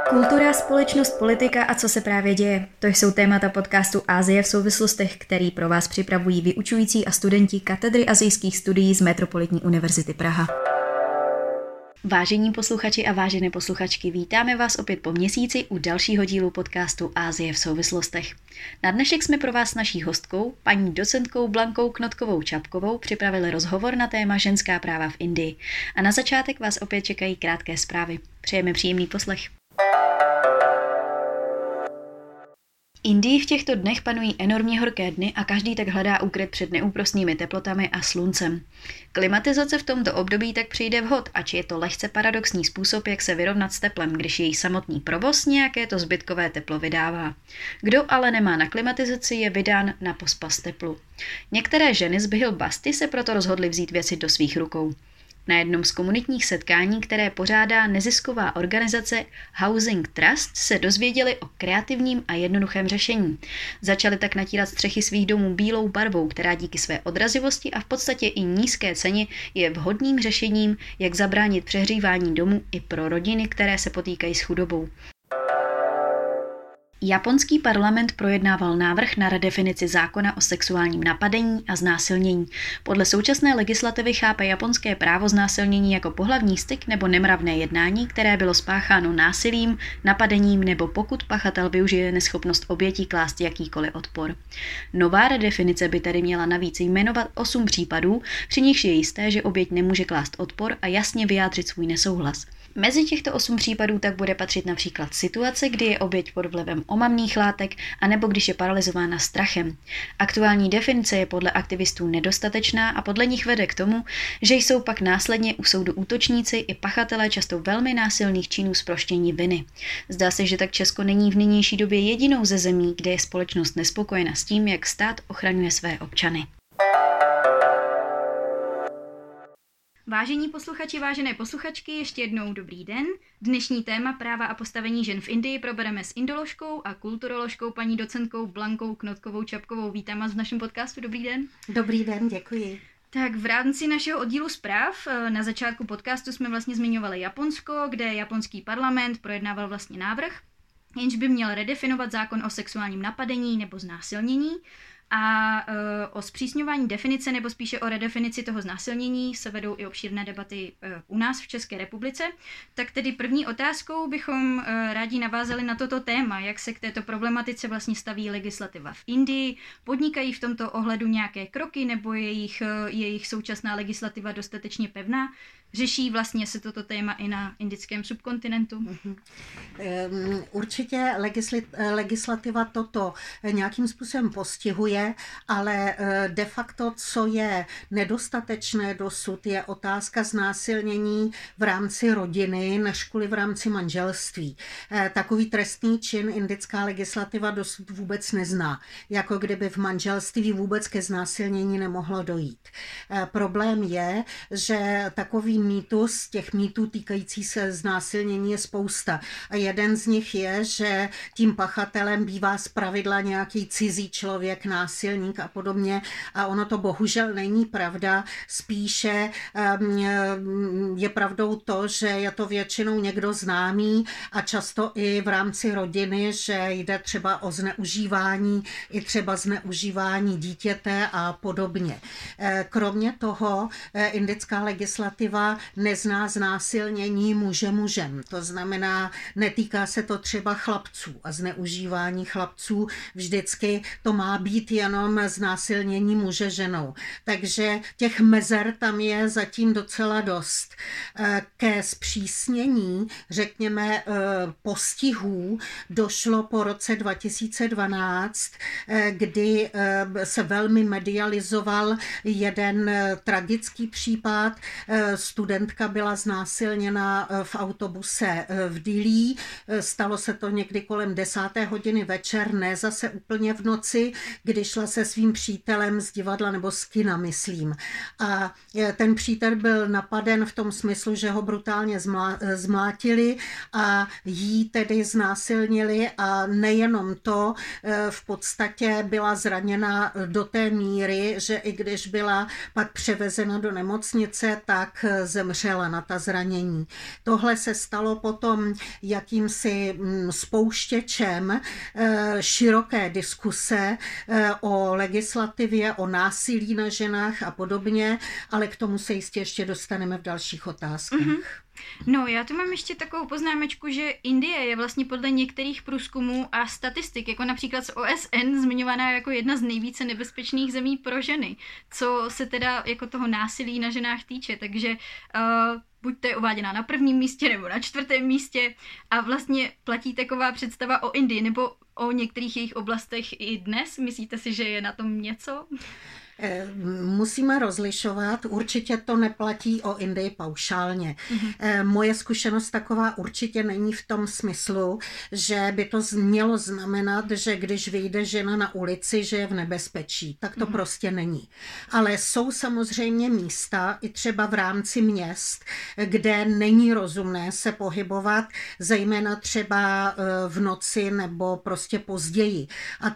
Kultura, společnost, politika a co se právě děje. To jsou témata podcastu Asie v souvislostech, který pro vás připravují vyučující a studenti katedry asijských studií z Metropolitní univerzity Praha. Vážení posluchači a vážené posluchačky, vítáme vás opět po měsíci u dalšího dílu podcastu Asie v souvislostech. Na dnešek jsme pro vás s naší hostkou, paní docentkou Blankou Knotkovou-Čapkovou, připravili rozhovor na téma ženská práva v Indii. A na začátek vás opět čekají krátké zprávy. Přejeme příjemný poslech. Indii v těchto dnech panují enormně horké dny a každý tak hledá úkryt před neúprosnými teplotami a sluncem. Klimatizace v tomto období tak přijde vhod, ač je to lehce paradoxní způsob, jak se vyrovnat s teplem, když její samotný provoz nějaké to zbytkové teplo vydává. Kdo ale nemá na klimatizaci, je vydán na pospas teplu. Některé ženy z Bhil Basti se proto rozhodly vzít věci do svých rukou. Na jednom z komunitních setkání, které pořádá nezisková organizace Housing Trust, se dozvěděli o kreativním a jednoduchém řešení. Začali tak natírat střechy svých domů bílou barvou, která díky své odrazivosti a v podstatě i nízké ceně je vhodným řešením, jak zabránit přehřívání domů i pro rodiny, které se potýkají s chudobou. Japonský parlament projednával návrh na redefinici zákona o sexuálním napadení a znásilnění. Podle současné legislativy chápe japonské právo znásilnění jako pohlavní styk nebo nemravné jednání, které bylo spácháno násilím, napadením nebo pokud pachatel využije neschopnost obětí klást jakýkoliv odpor. Nová redefinice by tedy měla navíc jmenovat 8 případů, při nichž je jisté, že oběť nemůže klást odpor a jasně vyjádřit svůj nesouhlas. Mezi těchto 8 případů tak bude patřit například situace, kdy je oběť pod vlivem omamných látek, anebo když je paralyzována strachem. Aktuální definice je podle aktivistů nedostatečná a podle nich vede k tomu, že jsou pak následně u soudu útočníci i pachatelé často velmi násilných činů zproštění viny. Zdá se, že tak Česko není v nynější době jedinou ze zemí, kde je společnost nespokojena s tím, jak stát ochraňuje své občany. Vážení posluchači, vážené posluchačky, ještě jednou dobrý den. Dnešní téma práva a postavení žen v Indii probereme s indoložkou a kulturoložkou paní docentkou Blankou Knotkovou-Čapkovou. Vítám vás v našem podcastu, dobrý den. Dobrý den, děkuji. Tak v rámci našeho oddílu zpráv na začátku podcastu jsme vlastně zmiňovali Japonsko, kde japonský parlament projednával vlastně návrh, jenž by měl redefinovat zákon o sexuálním napadení nebo znásilnění. A o zpřísňování definice nebo spíše o redefinici toho znásilnění se vedou i obšírné debaty u nás v České republice. Tak tedy první otázkou bychom rádi navázali na toto téma, jak se k této problematice vlastně staví legislativa v Indii. Podnikají v tomto ohledu nějaké kroky nebo jejich současná legislativa dostatečně pevná? Řeší vlastně se toto téma i na indickém subkontinentu? Určitě legislativa toto nějakým způsobem postihuje, ale de facto, co je nedostatečné dosud, je otázka znásilnění v rámci rodiny, než kvůli v rámci manželství. Takový trestný čin indická legislativa dosud vůbec nezná, jako kdyby v manželství vůbec ke znásilnění nemohlo dojít. Problém je, že takový mýtus, těch mýtů týkající se znásilnění je spousta. A jeden z nich je, že tím pachatelem bývá zpravidla nějaký cizí člověk, násilník a podobně. A ono to bohužel není pravda. Spíše je pravdou to, že je to většinou někdo známý a často i v rámci rodiny, že jde třeba o zneužívání, i třeba zneužívání dítěte a podobně. Kromě toho indická legislativa nezná znásilnění muže mužem. To znamená, netýká se to třeba chlapců a zneužívání chlapců. Vždycky to má být jenom znásilnění muže ženou. Takže těch mezer tam je zatím docela dost. Ke zpřísnění, řekněme, postihů došlo po roce 2012, kdy se velmi medializoval jeden tragický případ. Studentka byla znásilněna v autobuse v Dillí. Stalo se to někdy kolem 10. hodiny večer, ne zase úplně v noci, kdy šla se svým přítelem z divadla nebo z kina, myslím. A ten přítel byl napaden v tom smyslu, že ho brutálně zmlátili a jí tedy znásilnili a nejenom to, v podstatě byla zraněna do té míry, že i když byla pak převezena do nemocnice, tak zemřela na ta zranění. Tohle se stalo potom jakýmsi spouštěčem široké diskuse o legislativě, o násilí na ženách a podobně, ale k tomu se jistě ještě dostaneme v dalších otázkách. Mm-hmm. No, já tu mám ještě takovou poznámečku, že Indie je vlastně podle některých průzkumů a statistik, jako například z OSN, zmiňovaná jako jedna z nejvíce nebezpečných zemí pro ženy, co se teda jako toho násilí na ženách týče, takže buď to je uváděná na prvním místě nebo na 4. místě a vlastně platí taková představa o Indii nebo o některých jejich oblastech i dnes. Myslíte si, že je na tom něco? Musíme rozlišovat, určitě to neplatí o Indii paušálně. Moje zkušenost taková určitě není v tom smyslu, že by to mělo znamenat, že když vyjde žena na ulici, že je v nebezpečí. Tak to prostě není. Ale jsou samozřejmě místa, i třeba v rámci měst, kde není rozumné se pohybovat, zejména třeba v noci nebo prostě později. A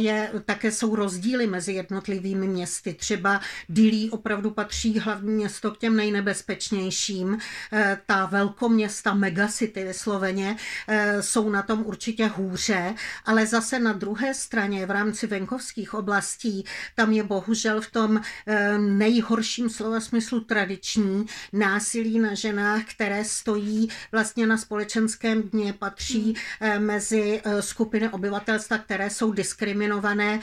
také jsou rozdíly mezi jednotlivými městy. Třeba Dillí opravdu patří hlavní město k těm nejnebezpečnějším. Ta velkoměsta, megacity vysloveně, jsou na tom určitě hůře, ale zase na druhé straně v rámci venkovských oblastí tam je bohužel v tom nejhorším slova smyslu tradiční násilí na ženách, které stojí vlastně na společenském dně, patří mezi skupiny obyvatelstva, které jsou diskriminované,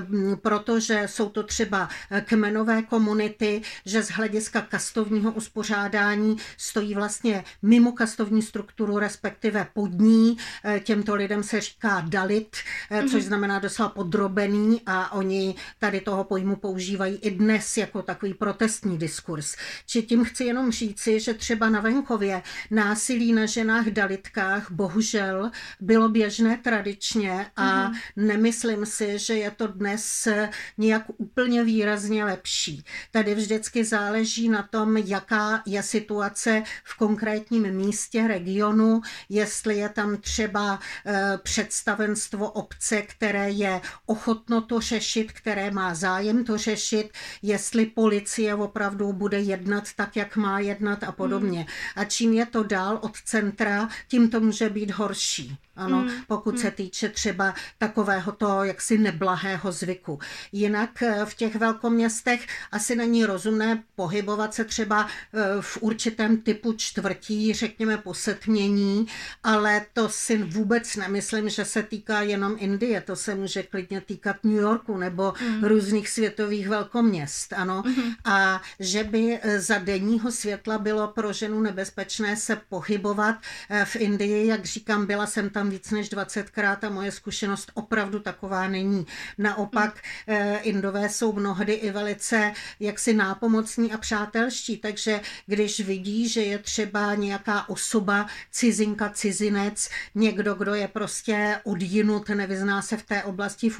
protože jsou to třeba kmenové komunity, že z hlediska kastovního uspořádání stojí vlastně mimo kastovní strukturu, respektive pod ní. Těmto lidem se říká dalit, což znamená doslova podrobený a oni tady toho pojmu používají i dnes jako takový protestní diskurs. Či tím chci jenom říci, že třeba na venkově násilí na ženách dalitkách bohužel bylo běžné tradičně a nemyslím si, že je to dnes nějak úplně výrazně lepší. Tady vždycky záleží na tom, jaká je situace v konkrétním místě, regionu, jestli je tam třeba představenstvo obce, které je ochotno to řešit, které má zájem to řešit, jestli policie opravdu bude jednat tak, jak má jednat a podobně. A čím je to dál od centra, tím to může být horší. Ano, pokud se týče třeba takovéhoto jaksi neblahého zvyku. Jinak v těch velkoměstech asi není rozumné pohybovat se třeba v určitém typu čtvrtí, řekněme posetmění, ale to si vůbec nemyslím, že se týká jenom Indie, to se může klidně týkat New Yorku nebo různých světových velkoměst, ano. A že by za denního světla bylo pro ženu nebezpečné se pohybovat v Indii, jak říkám, byla jsem tam víc než 20krát a moje zkušenost opravdu taková není. Naopak Indové jsou mnohdy i velice jaksi nápomocní a přátelští, takže když vidí, že je třeba nějaká osoba, cizinka, cizinec, někdo, kdo je prostě odjinut, nevyzná se v té oblasti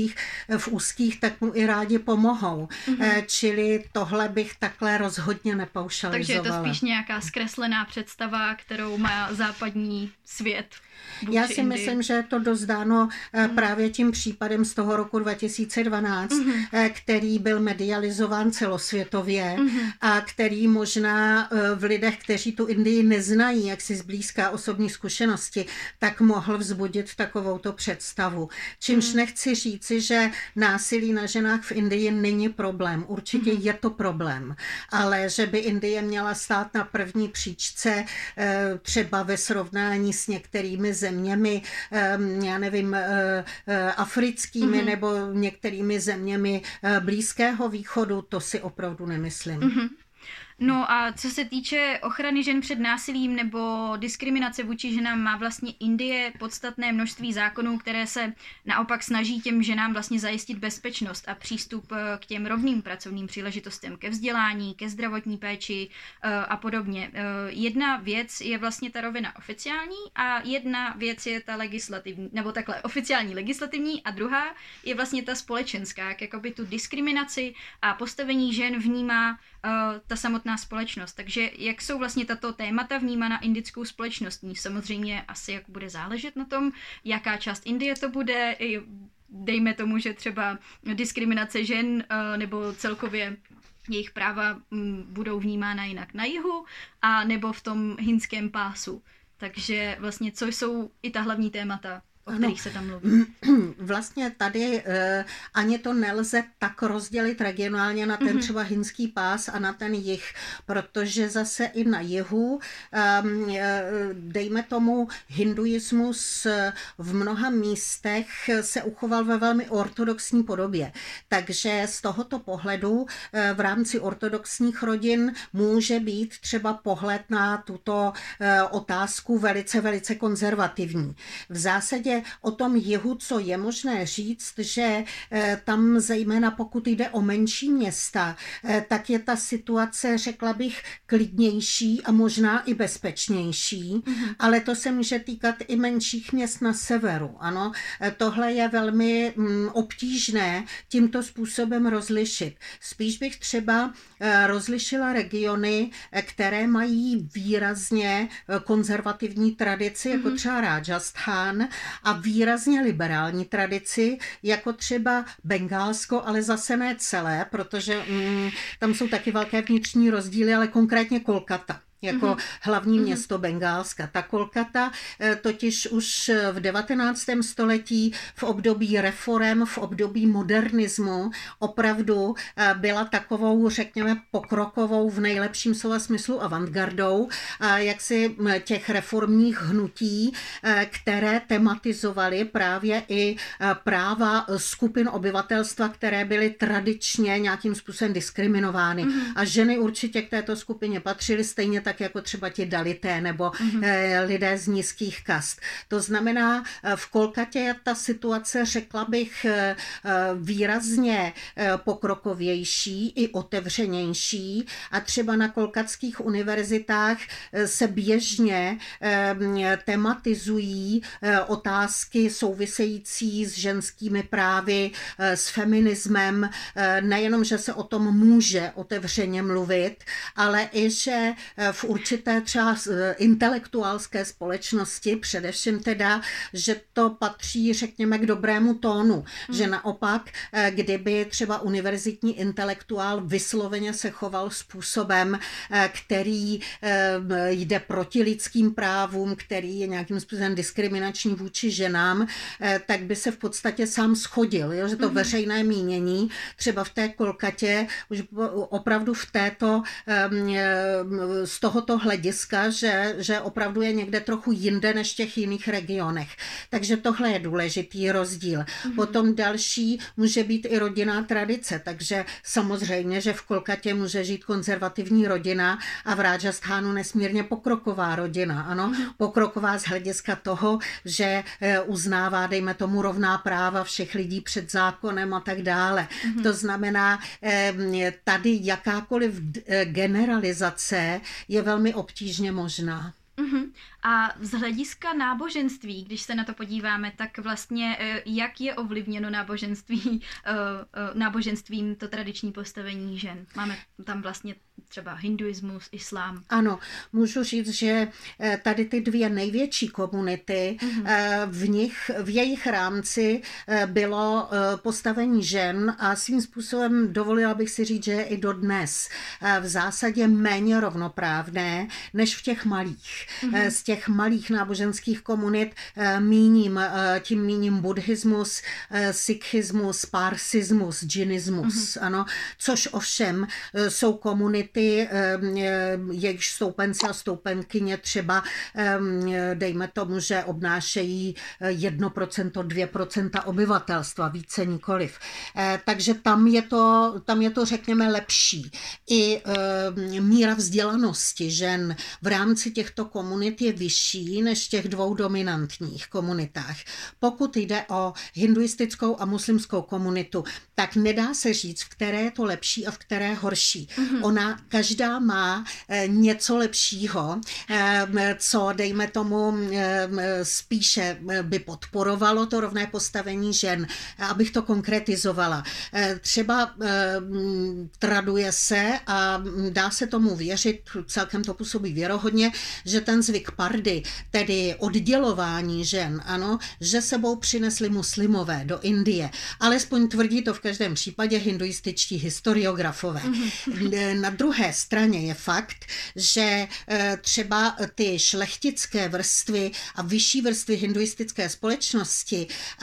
v úzkých, tak mu i rádi pomohou. Čili tohle bych takhle rozhodně nepaušalizovala. Takže je to spíš nějaká zkreslená představa, kterou má západní svět. Já si myslím, že je to dost dáno právě tím případem z toho roku 2012, který byl medializován celosvětově a který možná v lidech, kteří tu Indii neznají, jak si zblízká osobní zkušenosti, tak mohl vzbudit takovouto představu. Čímž nechci říci, že násilí na ženách v Indii není problém. Určitě je to problém, ale že by Indie měla stát na první příčce třeba ve srovnání s některými zeměmi, já nevím, africkými nebo některými zeměmi Blízkého východu, to si opravdu nemyslím. No a co se týče ochrany žen před násilím nebo diskriminace vůči ženám, má vlastně Indie podstatné množství zákonů, které se naopak snaží těm ženám vlastně zajistit bezpečnost a přístup k těm rovným pracovním příležitostem, ke vzdělání, ke zdravotní péči a podobně. Jedna věc je vlastně ta rovina oficiální a jedna věc je ta legislativní, nebo takhle oficiální legislativní a druhá je vlastně ta společenská, jak jakoby tu diskriminaci a postavení žen vnímá ta samotná společnost. Takže jak jsou vlastně tato témata vnímána indickou společností? Samozřejmě asi jak bude záležet na tom, jaká část Indie to bude, dejme tomu, že třeba diskriminace žen nebo celkově jejich práva budou vnímána jinak na jihu a nebo v tom hindském pásu. Takže vlastně co jsou i ta hlavní témata, o kterých se tam mluví. Vlastně tady ani to nelze tak rozdělit regionálně na ten třeba hindský pás a na ten jih, protože zase i na jihu, dejme tomu, hinduismus v mnoha místech se uchoval ve velmi ortodoxní podobě. Takže z tohoto pohledu v rámci ortodoxních rodin může být třeba pohled na tuto otázku velice, velice konzervativní. V zásadě o tom jihu, co je možné říct, že tam zejména pokud jde o menší města, tak je ta situace, řekla bych, klidnější a možná i bezpečnější, ale to se může týkat i menších měst na severu. Ano, tohle je velmi obtížné tímto způsobem rozlišit. Spíš bych třeba rozlišila regiony, které mají výrazně konzervativní tradici, jako třeba Rajasthan, a výrazně liberální tradici, jako třeba Bengálsko, ale zase ne celé, protože tam jsou taky velké vnitřní rozdíly, ale konkrétně Kolkata jako hlavní město Bengálska. Ta Kolkata totiž už v 19. století v období reforem, v období modernismu opravdu byla takovou, řekněme, pokrokovou v nejlepším slova smyslu avantgardou jaksi těch reformních hnutí, které tematizovaly právě i práva skupin obyvatelstva, které byly tradičně nějakým způsobem diskriminovány. A ženy určitě k této skupině patřily stejně tak jako třeba ti dalité nebo lidé z nízkých kast. To znamená, v Kolkatě je ta situace, řekla bych, výrazně pokrokovější i otevřenější a třeba na kolkatských univerzitách se běžně tematizují otázky související s ženskými právy, s feminismem, nejenom, že se o tom může otevřeně mluvit, ale i, že v určité třeba intelektuálské společnosti, především teda, že to patří, řekněme, k dobrému tónu, že naopak, kdyby třeba univerzitní intelektuál vysloveně se choval způsobem, který jde proti lidským právům, který je nějakým způsobem diskriminační vůči ženám, tak by se v podstatě sám shodil, jo? Že to veřejné mínění třeba v té Kolkatě už opravdu v této z tohoto hlediska, že opravdu je někde trochu jinde než v těch jiných regionech. Takže tohle je důležitý rozdíl. Potom další může být i rodinná tradice, takže samozřejmě, že v Kolkatě může žít konzervativní rodina a v Rajasthánu nesmírně pokroková rodina. Ano, pokroková z hlediska toho, že uznává, dejme tomu, rovná práva všech lidí před zákonem a tak dále. To znamená, tady jakákoliv generalizace je velmi obtížně možná. A z hlediska náboženství, když se na to podíváme, tak vlastně jak je ovlivněno náboženstvím to tradiční postavení žen? Máme tam vlastně třeba hinduismus, islám. Ano, můžu říct, že tady ty dvě největší komunity, v jejich rámci bylo postavení žen a svým způsobem dovolila bych si říct, že je i dodnes v zásadě méně rovnoprávné než v těch malých. Z těch malých náboženských komunit míním buddhismus, sikhismus, parsismus, džinismus, ano, což ovšem jsou komunity, jejichž stoupenci a stoupenkyně třeba, dejme tomu, že obnášejí 1%, 2% obyvatelstva, více nikoliv. Takže tam je to, řekněme, lepší. I míra vzdělanosti žen v rámci těchto komunit je vyšší než v těch dvou dominantních komunitách. Pokud jde o hinduistickou a muslimskou komunitu, tak nedá se říct, v které je to lepší a v které horší. Ona každá má něco lepšího, co dejme tomu spíše by podporovalo to rovné postavení žen. Abych to konkretizovala. Třeba traduje se a dá se tomu věřit, celkem to působí věrohodně, že ten zvyk pardy, tedy oddělování žen, ano, že sebou přinesli muslimové do Indie. Alespoň tvrdí to v každém případě hinduističtí historiografové. Na druhé straně je fakt, že třeba ty šlechtické vrstvy a vyšší vrstvy hinduistické společnosti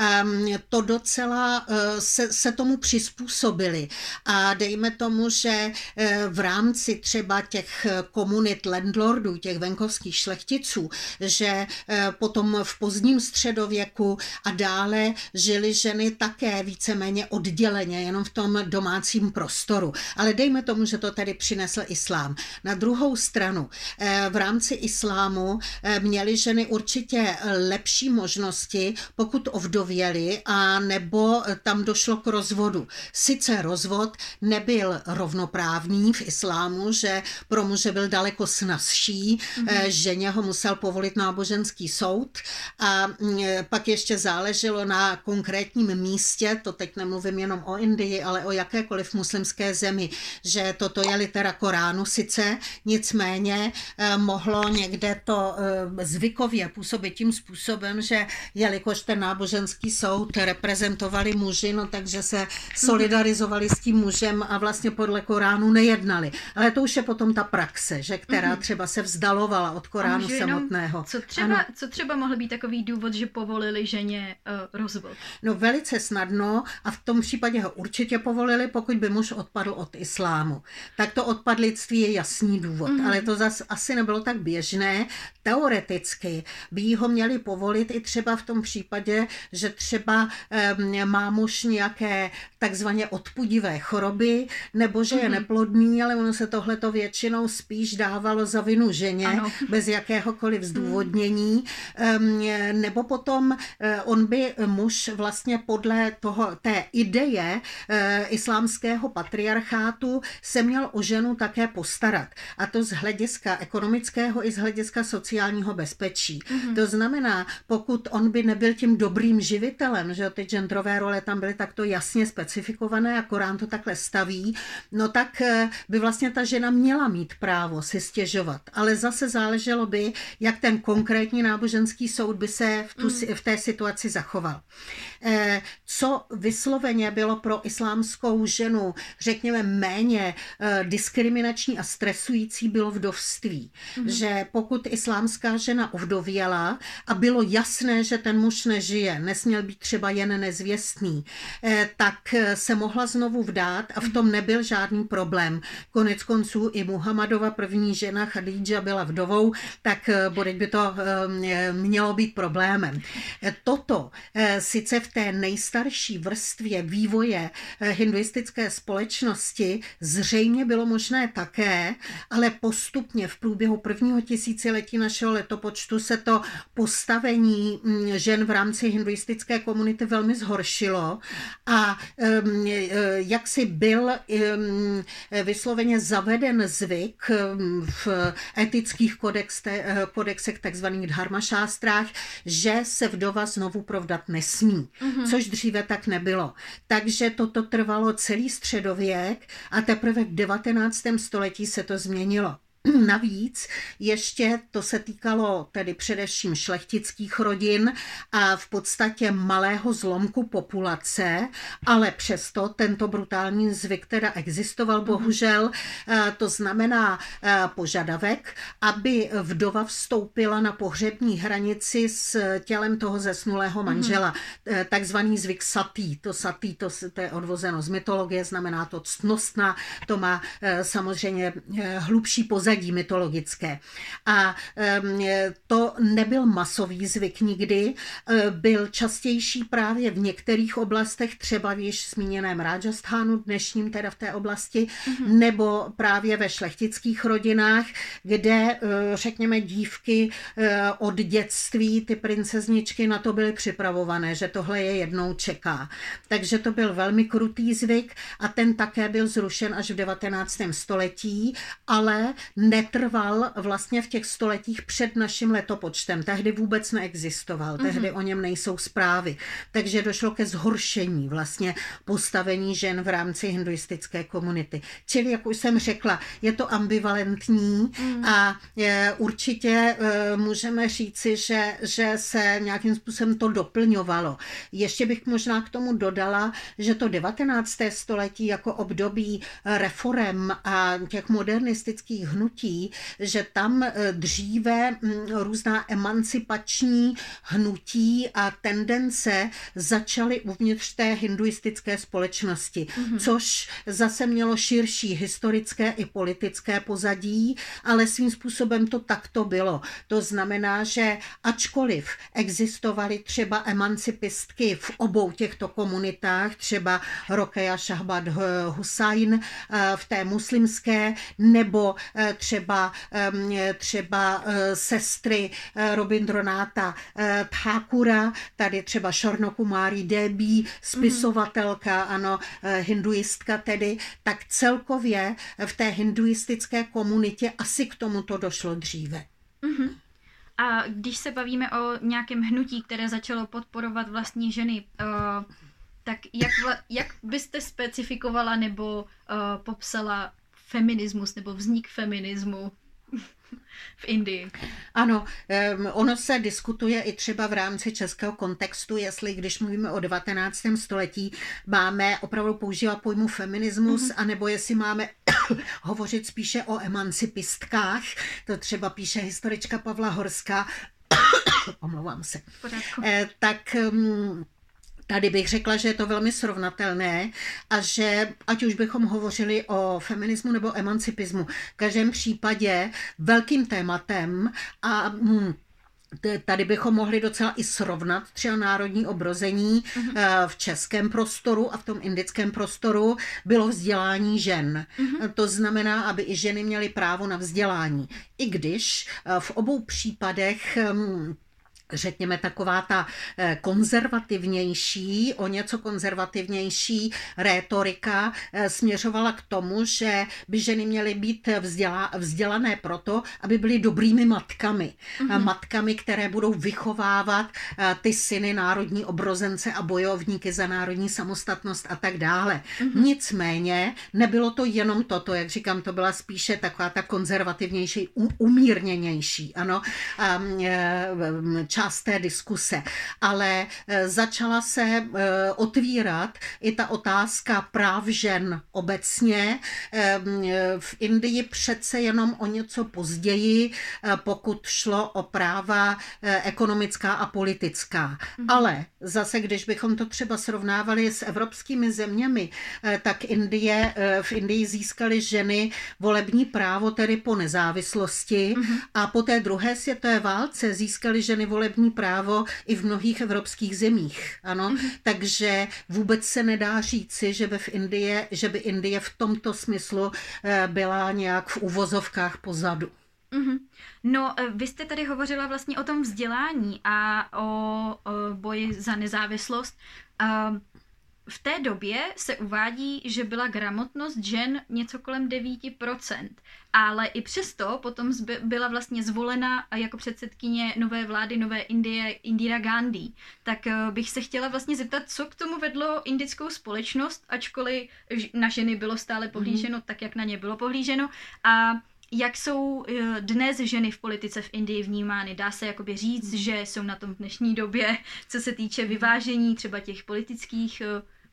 to docela se tomu přizpůsobili. A dejme tomu, že v rámci třeba těch komunit landlordů, těch venkovských šlechticů, že potom v pozdním středověku a dále žily ženy také víceméně odděleně, jenom v tom domácím prostoru. Ale dejme tomu, že to tady přinesl islám. Na druhou stranu, v rámci islámu měly ženy určitě lepší možnosti, pokud ovdověly, a nebo tam došlo k rozvodu. Sice rozvod nebyl rovnoprávný v islámu, že pro muže byl daleko snazší, ženě ho musel povolit náboženský soud a pak ještě záleželo na konkrétním místě, to teď nemluvím jenom o Indii, ale o jakékoliv muslimské zemi, že toto je litera Koránu sice, nicméně mohlo někde to zvykově působit tím způsobem, že jelikož ten náboženský soud reprezentovali muži, no takže se solidarizovali s tím mužem a vlastně podle Koránu nejednali. Ale to už je potom ta praxe, že která třeba se vzdalovala od Koránu samotného. Co třeba mohl být takový důvod, že povolili ženě rozvod? No velice snadno a v tom případě ho určitě povolili, pokud by muž odpadl od islámu. Tak to odpadlictví je jasný důvod, ale to zase asi nebylo tak běžné. Teoreticky by ho měli povolit i třeba v tom případě, že třeba má muž nějaké takzvaně odpudivé choroby, nebo že je neplodný, ale ono se tohleto většinou spíš dávalo za vinu ženě, bez jakéhokoliv zdůvodnění, nebo potom on by muž vlastně podle té ideje islámského patriarchátu se měl o ženu také postarat. A to z hlediska ekonomického i z hlediska sociálního bezpečí. To znamená, pokud on by nebyl tím dobrým živitelem, že ty genderové role tam byly takto jasně specifikované a Korán to takhle staví, no tak by vlastně ta žena měla mít právo si stěžovat. Ale zase záleželo by, jak ten konkrétní náboženský soud by se v té situaci zachoval. Co vysloveně bylo pro islámskou ženu, řekněme, méně diskriminační a stresující, bylo vdovství. Že pokud islámská žena ovdověla a bylo jasné, že ten muž nežije, nesměl být třeba jen nezvěstný, tak se mohla znovu vdát a v tom nebyl žádný problém. Konec konců i Muhammadova první žena Chadidža byla vdovou, tak bodejť by to mělo být problémem. Toto sice v té nejstarší vrstvě vývoje hinduistické společnosti zřejmě bylo možné také, ale postupně v průběhu prvního tisíciletí našeho letopočtu se to postavení žen v rámci hinduistické komunity velmi zhoršilo a jaksi byl vysloveně zaveden zvyk v etických kodexech, takzvaných dharmašástrách, že se vdova znovu provdat nesmí, což dříve tak nebylo. Takže toto trvalo celý středověk a teprve v 19. století se to změnilo. Navíc ještě to se týkalo tedy především šlechtických rodin a v podstatě malého zlomku populace, ale přesto tento brutální zvyk teda existoval bohužel. To znamená požadavek, aby vdova vstoupila na pohřební hranici s tělem toho zesnulého manžela. Takzvaný zvyk satí. To je odvozeno z mytologie, znamená to ctnostná, to má samozřejmě hlubší pozadí. pořadí mytologické. A to nebyl masový zvyk nikdy, byl častější právě v některých oblastech, třeba v již zmíněném Rajasthánu, dnešním teda v té oblasti, nebo právě ve šlechtických rodinách, kde, řekněme, dívky od dětství, ty princezničky na to byly připravované, že tohle je jednou čeká. Takže to byl velmi krutý zvyk a ten také byl zrušen až v 19. století, ale netrval vlastně v těch stoletích před naším letopočtem. Tehdy vůbec neexistoval, tehdy o něm nejsou zprávy. Takže došlo ke zhoršení vlastně postavení žen v rámci hinduistické komunity. Čili, jak už jsem řekla, je to ambivalentní a určitě můžeme říci, že se nějakým způsobem to doplňovalo. Ještě bych možná k tomu dodala, že to 19. století jako období reforem a těch modernistických hnutí, že tam dříve různá emancipační hnutí a tendence začaly uvnitř té hinduistické společnosti, což zase mělo širší historické i politické pozadí, ale svým způsobem to takto bylo. To znamená, že ačkoliv existovaly třeba emancipistky v obou těchto komunitách, třeba Rokeya Shahbaz Hussain v té muslimské, nebo třeba sestry Rabindranatha Thakura, tady třeba Swarna Kumari Devi, spisovatelka, ano, hinduistka tedy, tak celkově v té hinduistické komunitě asi k tomuto došlo dříve. A když se bavíme o nějakém hnutí, které začalo podporovat vlastní ženy, tak jak byste specifikovala nebo popsala feminismus nebo vznik feminismu v Indii? Ano, ono se diskutuje i třeba v rámci českého kontextu, jestli když mluvíme o 19. století, máme opravdu používat pojmu feminismus, anebo jestli máme hovořit spíše o emancipistkách. To třeba píše historička Pavla Horská. Omlouvám se. Tak tady bych řekla, že je to velmi srovnatelné a že ať už bychom hovořili o feminismu nebo emancipismu, v každém případě velkým tématem a tady bychom mohli docela i srovnat třeba národní obrození v českém prostoru a v tom indickém prostoru bylo vzdělání žen. To znamená, aby i ženy měly právo na vzdělání. I když v obou případech řekněme taková ta konzervativnější, o něco konzervativnější rétorika směřovala k tomu, že by ženy měly být vzdělané proto, aby byly dobrými matkami. Matkami, které budou vychovávat ty syny národní obrozence a bojovníky za národní samostatnost a tak dále. Nicméně nebylo to jenom toto, jak říkám, to byla spíše taková ta konzervativnější, umírněnější, ano, část té diskuse, ale začala se otvírat i ta otázka práv žen obecně. V Indii přece jenom o něco později, pokud šlo o práva ekonomická a politická. Ale zase, když bychom to třeba srovnávali s evropskými zeměmi, tak v Indii získaly ženy volební právo tedy po nezávislosti a po té druhé světové válce získaly ženy volební právo i v mnohých evropských zemích. Ano? Takže vůbec se nedá říci, že by Indie v tomto smyslu byla nějak v uvozovkách pozadu. No, vy jste tady hovořila vlastně o tom vzdělání a o boji za nezávislost. V té době se uvádí, že byla gramotnost žen něco kolem 9%, ale i přesto potom byla vlastně zvolena jako předsedkyně nové vlády Nové Indie Indira Gandhi. Tak bych se chtěla vlastně zeptat, co k tomu vedlo indickou společnost, ačkoliv na ženy bylo stále pohlíženo tak, jak na ně bylo pohlíženo, a jak jsou dnes ženy v politice v Indii vnímány? Dá se jakoby říct, že jsou na tom v dnešní době, co se týče vyvážení třeba těch politických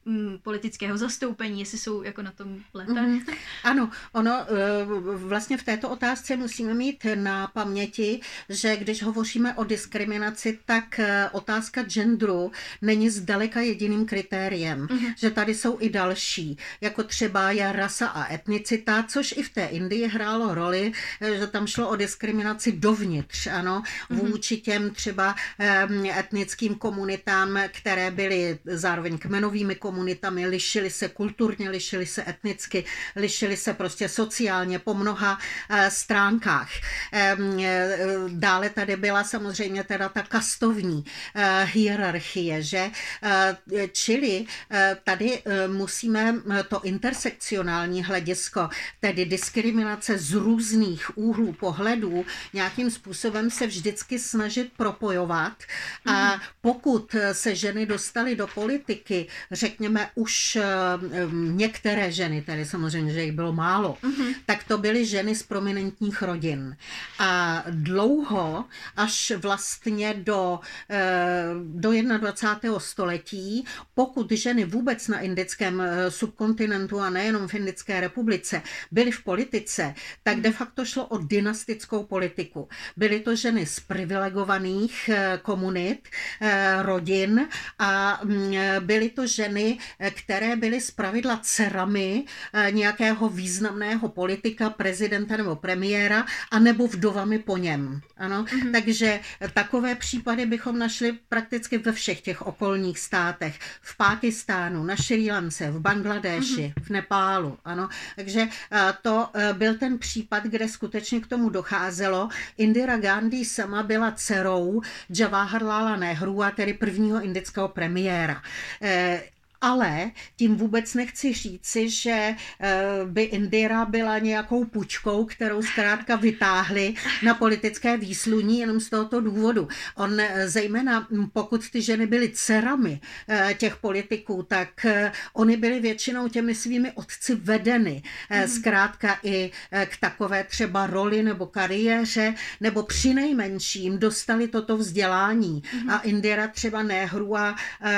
politického zastoupení, jestli jsou jako na tom lépe. Ano, ono vlastně v této otázce musíme mít na paměti, že když hovoříme o diskriminaci, tak otázka genderu není zdaleka jediným kritériem, že tady jsou i další, jako třeba je rasa a etnicita, což i v té Indii hrálo roli, že tam šlo o diskriminaci dovnitř, ano, vůči těm třeba etnickým komunitám, které byly zároveň kmenovými komunitami, lišily se kulturně, lišily se etnicky, lišily se prostě sociálně po mnoha stránkách. Dále tady byla samozřejmě teda ta kastovní hierarchie, že? Čili tady musíme to intersekcionální hledisko, tedy diskriminace z různých úhlů pohledů, nějakým způsobem se vždycky snažit propojovat. A pokud se ženy dostaly do politiky, řekněme už některé ženy, tedy samozřejmě, že jich bylo málo, tak to byly ženy z prominentních rodin. A dlouho, až vlastně do 21. století, pokud ženy vůbec na indickém subkontinentu a nejenom v Indické republice byly v politice, tak de facto šlo o dynastickou politiku. Byly to ženy z privilegovaných komunit, rodin a byly to ženy, které byly zpravidla dcerami nějakého významného politika, prezidenta nebo premiéra, anebo vdovami po něm. Ano? Takže takové případy bychom našli prakticky ve všech těch okolních státech. V Pákistánu, na Šrí Lance, v Bangladeši, v Nepálu. Ano? Takže to byl ten případ, kde skutečně k tomu docházelo. Indira Gandhi sama byla dcerou Jawaharlala Nehrua, tedy prvního indického premiéra. Ale tím vůbec nechci říci, že by Indira byla nějakou pučkou, kterou zkrátka vytáhli na politické výsluní jenom z tohoto důvodu. On zejména, pokud ty ženy byly dcerami těch politiků, tak oni byly většinou těmi svými otci vedeny. Zkrátka i k takové třeba roli nebo kariéře, nebo přinejmenším dostali toto vzdělání. A Indira třeba Nehrua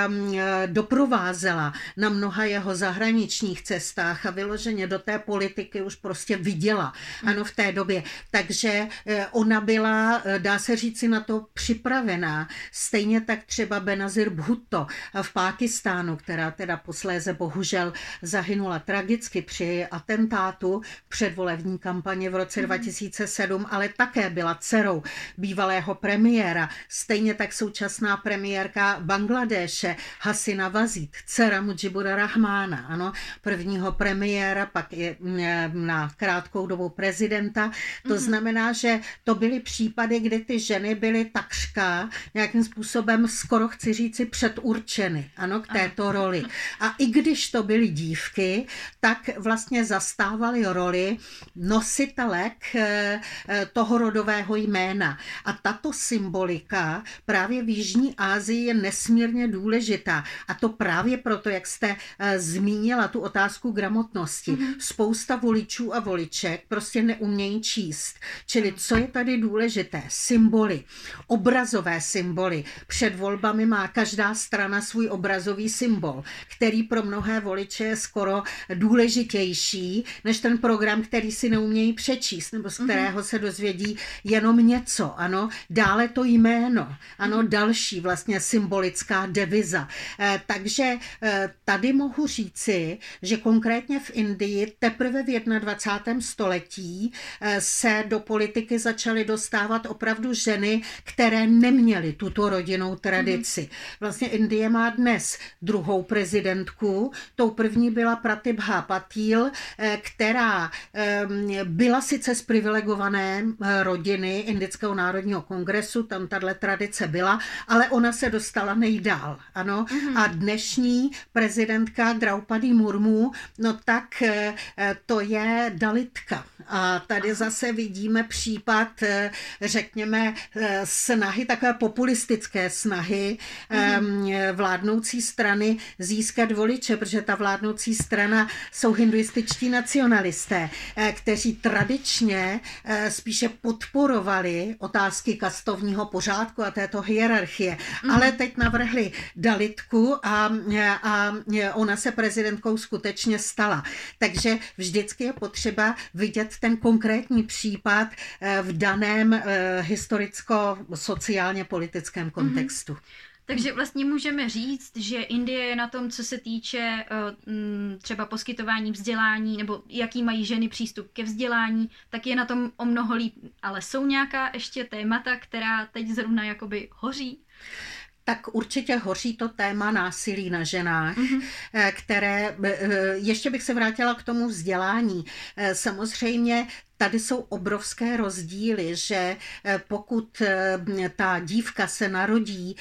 doprovázela na mnoha jeho zahraničních cestách a vyloženě do té politiky už prostě viděla. Ano, v té době. Takže ona byla, dá se říci, na to připravená. Stejně tak třeba Benazir Bhutto v Pákistánu, která teda posléze bohužel zahynula tragicky při atentátu předvolební kampaně v roce 2007, ale také byla dcerou bývalého premiéra. Stejně tak současná premiérka Bangladéše Hasina Wazid, dcera Mujibura Rahmána, ano, prvního premiéra, pak i na krátkou dobu prezidenta. To znamená, že to byly případy, kdy ty ženy byly takřka nějakým způsobem, skoro chci říci, předurčeny, ano, k této roli. A i když to byly dívky, tak vlastně zastávaly roli nositelek toho rodového jména. A tato symbolika právě v Jižní Asii je nesmírně důležitá. A to právě proto, jak jste zmínila tu otázku gramotnosti. Spousta voličů a voliček prostě neumějí číst. Čili co je tady důležité? Symboly, obrazové symboly. Před volbami má každá strana svůj obrazový symbol, který pro mnohé voliče je skoro důležitější než ten program, který si neumějí přečíst, nebo z kterého se dozvědí jenom něco. Ano, dále to jméno. Ano, další vlastně symbolická deviza. Takže tady mohu říci, že konkrétně v Indii teprve v 21. století se do politiky začaly dostávat opravdu ženy, které neměly tuto rodinnou tradici. Vlastně Indie má dnes druhou prezidentku. Tou první byla Pratibha Patil, která byla sice z privilegované rodiny Indického národního kongresu, tam tato tradice byla, ale ona se dostala nejdál. Ano? A dnešní prezidentka Draupadi Murmu, no tak to je dalitka. A tady zase vidíme případ, řekněme, snahy, takové populistické snahy vládnoucí strany získat voliče, protože ta vládnoucí strana jsou hinduističtí nacionalisté, kteří tradičně spíše podporovali otázky kastovního pořádku a této hierarchie. Ale teď navrhli Dalitku a ona se prezidentkou skutečně stala. Takže vždycky je potřeba vidět ten konkrétní případ v daném historicko-sociálně politickém kontextu. Takže vlastně můžeme říct, že Indie je na tom, co se týče třeba poskytování vzdělání nebo jaký mají ženy přístup ke vzdělání, tak je na tom o mnoho líp. Ale jsou nějaká ještě témata, která teď zrovna jakoby hoří? Tak určitě hoří to téma násilí na ženách, které, ještě bych se vrátila k tomu vzdělání. Samozřejmě tady jsou obrovské rozdíly, že pokud ta dívka se narodí,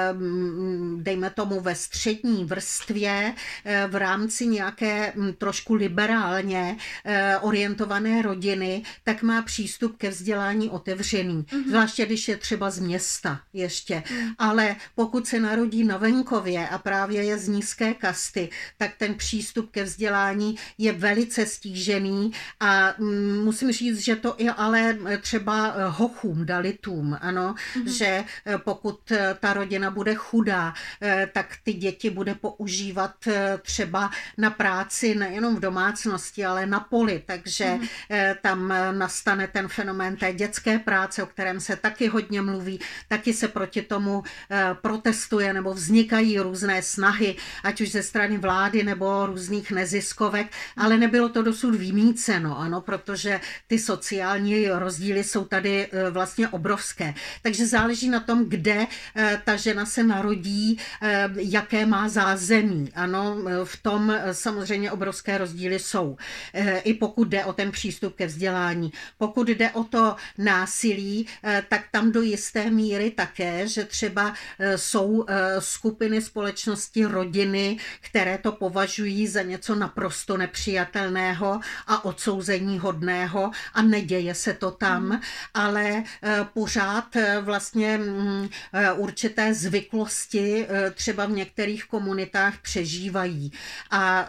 dejme tomu ve střední vrstvě, v rámci nějaké trošku liberálně orientované rodiny, tak má přístup ke vzdělání otevřený. Zvláště když je třeba z města ještě. Ale pokud se narodí na venkově a právě je z nízké kasty, tak ten přístup ke vzdělání je velice stížený a musím říct, že to je ale třeba hochům, dalitům, ano, že pokud ta rodina bude chudá, tak ty děti bude používat třeba na práci nejenom v domácnosti, ale na poli, takže tam nastane ten fenomén té dětské práce, o kterém se taky hodně mluví, taky se proti tomu protestuje nebo vznikají různé snahy, ať už ze strany vlády nebo různých neziskovek, ale nebylo to dosud vymýceno, ano, protože ty sociální rozdíly jsou tady vlastně obrovské. Takže záleží na tom, kde ta žena se narodí, jaké má zázemí. Ano, v tom samozřejmě obrovské rozdíly jsou. I pokud jde o ten přístup ke vzdělání. Pokud jde o to násilí, tak tam do jisté míry také, že třeba jsou skupiny společnosti, rodiny, které to považují za něco naprosto nepřijatelného a odsouzení hodného a neděje se to tam, ale pořád vlastně určité zvyklosti třeba v některých komunitách přežívají a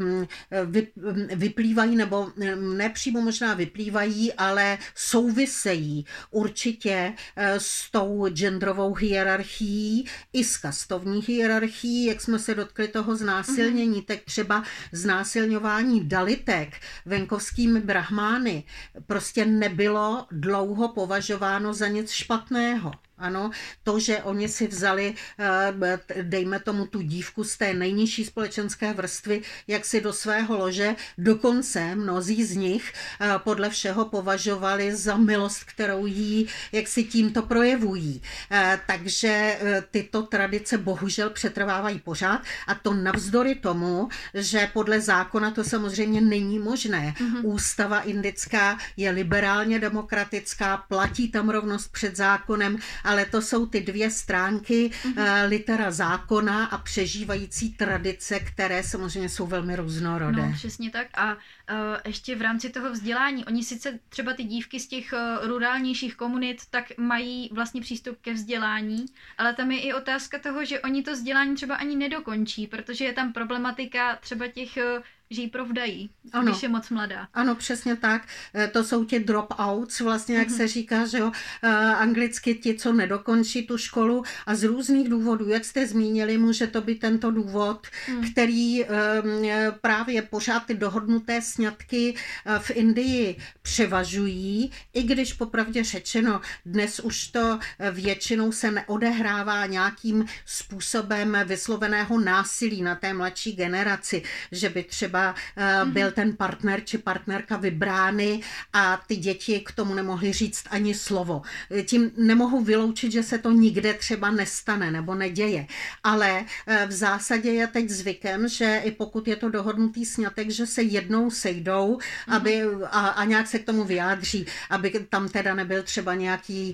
vyplývají, nebo nepřímo možná vyplývají, ale souvisejí určitě s tou genderovou hierarchií i s kastovní hierarchií, jak jsme se dotkli toho znásilnění, tak třeba znásilňování dalitek venkovskými brahmány prostě nebylo dlouho považováno za nic špatného. Ano, to, že oni si vzali, dejme tomu tu dívku z té nejnižší společenské vrstvy, jak si do svého lože, dokonce mnozí z nich podle všeho považovali za milost, kterou jí jak si tímto projevují. Takže tyto tradice bohužel přetrvávají pořád a to navzdory tomu, že podle zákona to samozřejmě není možné. Ústava indická je liberálně demokratická, platí tam rovnost před zákonem, ale to jsou ty dvě stránky litera zákona a přežívající tradice, které samozřejmě jsou velmi různorodé. No, přesně tak. A ještě v rámci toho vzdělání, oni sice třeba ty dívky z těch rurálnějších komunit, tak mají vlastně přístup ke vzdělání, ale tam je i otázka toho, že oni to vzdělání třeba ani nedokončí, protože je tam problematika třeba těch že ji provdají, když je moc mladá. Ano, přesně tak. To jsou ti dropouts, vlastně, jak se říká, že jo, anglicky ti, co nedokončí tu školu a z různých důvodů, jak jste zmínili, může to být tento důvod, který právě pořád ty dohodnuté sňatky v Indii převažují, i když popravdě řečeno, dnes už to většinou se neodehrává nějakým způsobem vysloveného násilí na té mladší generaci, že by třeba byl ten partner či partnerka vybrány a ty děti k tomu nemohly říct ani slovo. Tím nemohu vyloučit, že se to nikde třeba nestane nebo neděje, ale v zásadě je teď zvykem, že i pokud je to dohodnutý sňatek, že se jednou sejdou aby, a nějak se k tomu vyjádří, aby tam teda nebyl třeba nějaký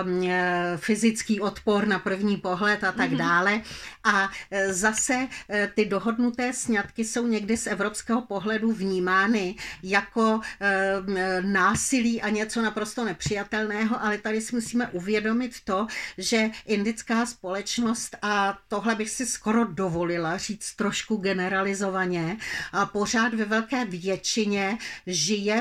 fyzický odpor na první pohled a tak dále. A zase ty dohodnuté sňatky jsou někdy z evropských evropského pohledu vnímány jako násilí a něco naprosto nepřijatelného, ale tady si musíme uvědomit to, že indická společnost, a tohle bych si skoro dovolila říct trošku generalizovaně, a pořád ve velké většině žije